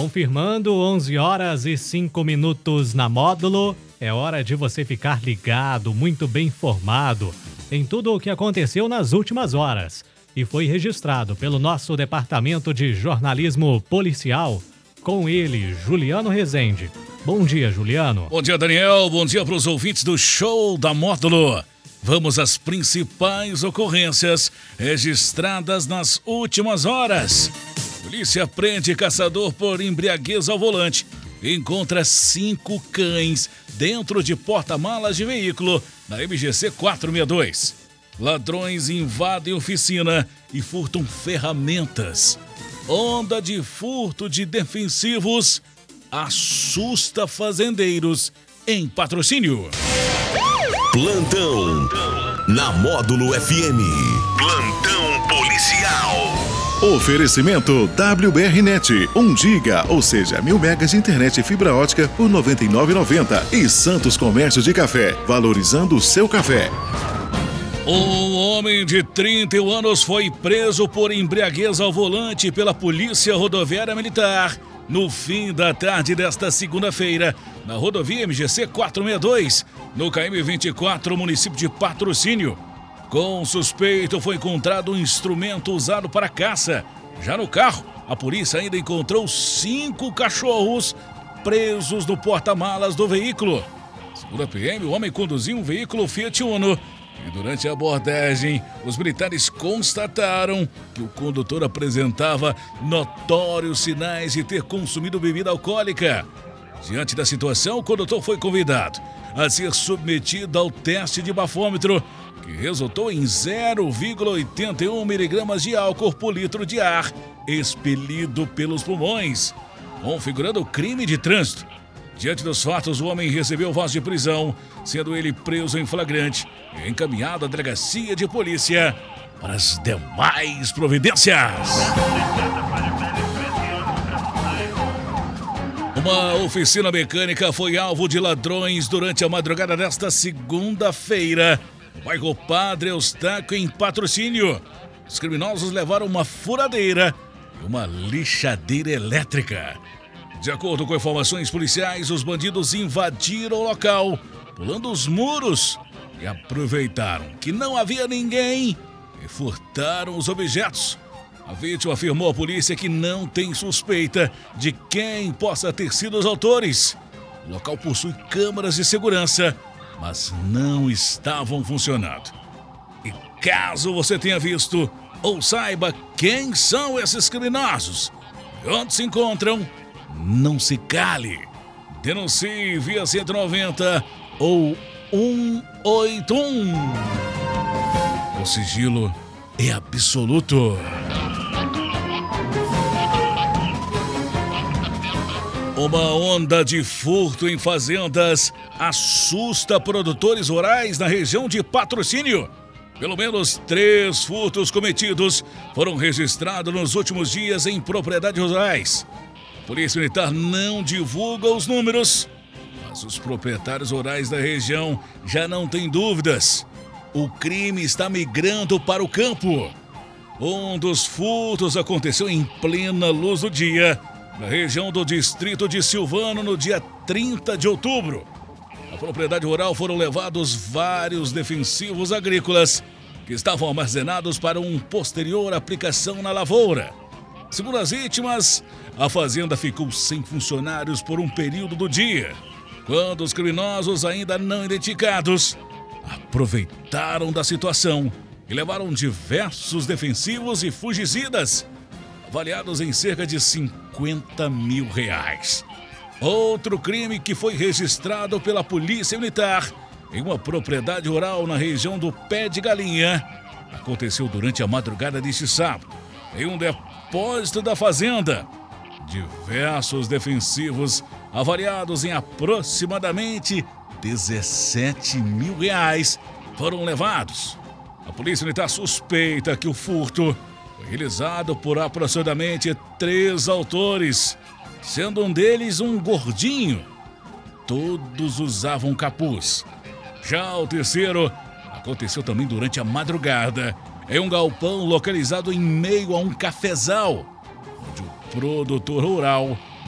Confirmando 11 horas e 5 minutos na Módulo, é hora de você ficar ligado, muito bem informado em tudo o que aconteceu nas últimas horas e foi registrado pelo nosso Departamento de Jornalismo Policial, com ele, Juliano Rezende. Bom dia, Juliano. Bom dia, Daniel. Bom dia para os ouvintes do Show da Módulo. Vamos às principais ocorrências registradas nas últimas horas. Polícia prende caçador por embriaguez ao volante. Encontra 5 cães dentro de porta-malas de veículo na MGC 462. Ladrões invadem oficina e furtam ferramentas. Onda de furto de defensivos assusta fazendeiros em Patrocínio. Plantão na Módulo FM. Plantão policial. Oferecimento WBRnet, 1 giga, ou seja, 1000 megas de internet e fibra ótica por R$ 99,90. E Santos Comércio de Café, valorizando o seu café. Um homem de 31 anos foi preso por embriaguez ao volante pela Polícia Rodoviária Militar no fim da tarde desta segunda-feira, na rodovia MGC 462, no KM 24, município de Patrocínio. Com o suspeito foi encontrado um instrumento usado para caça. Já no carro, a polícia ainda encontrou 5 cachorros presos no porta-malas do veículo. Segundo a PM, o homem conduzia um veículo Fiat Uno e durante a abordagem, os militares constataram que o condutor apresentava notórios sinais de ter consumido bebida alcoólica. Diante da situação, o condutor foi convidado a ser submetido ao teste de bafômetro, que resultou em 0,81 miligramas de álcool por litro de ar expelido pelos pulmões, configurando crime de trânsito. Diante dos fatos, o homem recebeu voz de prisão, sendo ele preso em flagrante e encaminhado à delegacia de polícia para as demais providências. Uma oficina mecânica foi alvo de ladrões durante a madrugada desta segunda-feira, no bairro Padre Eustáquio, em Patrocínio. Os criminosos levaram uma furadeira e uma lixadeira elétrica. De acordo com informações policiais, os bandidos invadiram o local, pulando os muros, e aproveitaram que não havia ninguém e furtaram os objetos. A vítima afirmou à polícia que não tem suspeita de quem possa ter sido os autores. O local possui câmeras de segurança, mas não estavam funcionando. E caso você tenha visto ou saiba quem são esses criminosos e onde se encontram, não se cale. Denuncie via 190 ou 181. O sigilo é absoluto. Uma onda de furto em fazendas assusta produtores rurais na região de Patrocínio. Pelo menos 3 furtos cometidos foram registrados nos últimos dias em propriedades rurais. A Polícia Militar não divulga os números, mas os proprietários rurais da região já não têm dúvidas. O crime está migrando para o campo. Um dos furtos aconteceu em plena luz do dia, na região do distrito de Silvano, no dia 30 de outubro. Na propriedade rural foram levados vários defensivos agrícolas que estavam armazenados para uma posterior aplicação na lavoura. Segundo as vítimas, a fazenda ficou sem funcionários por um período do dia, quando os criminosos, ainda não identificados, aproveitaram da situação e levaram diversos defensivos e fungicidas, avaliados em cerca de R$50 mil. Outro crime que foi registrado pela Polícia Militar em uma propriedade rural na região do Pé de Galinha aconteceu durante a madrugada deste sábado. Em um depósito da fazenda, diversos defensivos avaliados em aproximadamente R$17 mil foram levados. A Polícia Militar suspeita que o furto foi realizado por aproximadamente 3 autores, sendo um deles um gordinho. Todos usavam capuz. Já o terceiro aconteceu também durante a madrugada, em um galpão localizado em meio a um cafezal, onde o produtor rural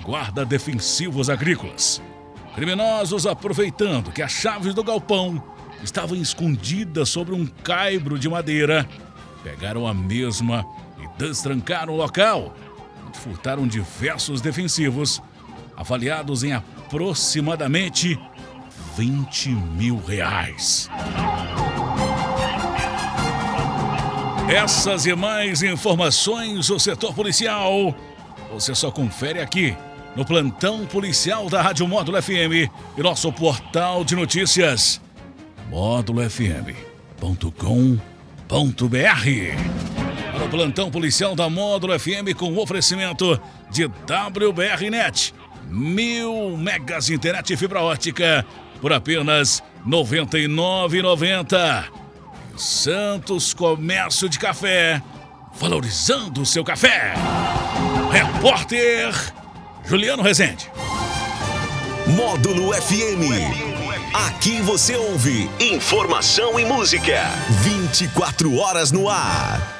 guarda defensivos agrícolas. Criminosos, aproveitando que as chaves do galpão estavam escondidas sobre um caibro de madeira, pegaram a mesma e destrancaram o local, onde furtaram diversos defensivos, avaliados em aproximadamente R$20 mil. Essas e mais informações do setor policial, você só confere aqui no Plantão Policial da Rádio Módulo FM e nosso portal de notícias, módulofm.com.br. Para o Plantão Policial da Módulo FM com oferecimento de WBRnet, 1000 megas de internet e fibra ótica por apenas R$ 99,90. Santos Comércio de Café, valorizando o seu café. Repórter Juliano Rezende. Módulo FM. Aqui você ouve informação e música. 24 horas no ar.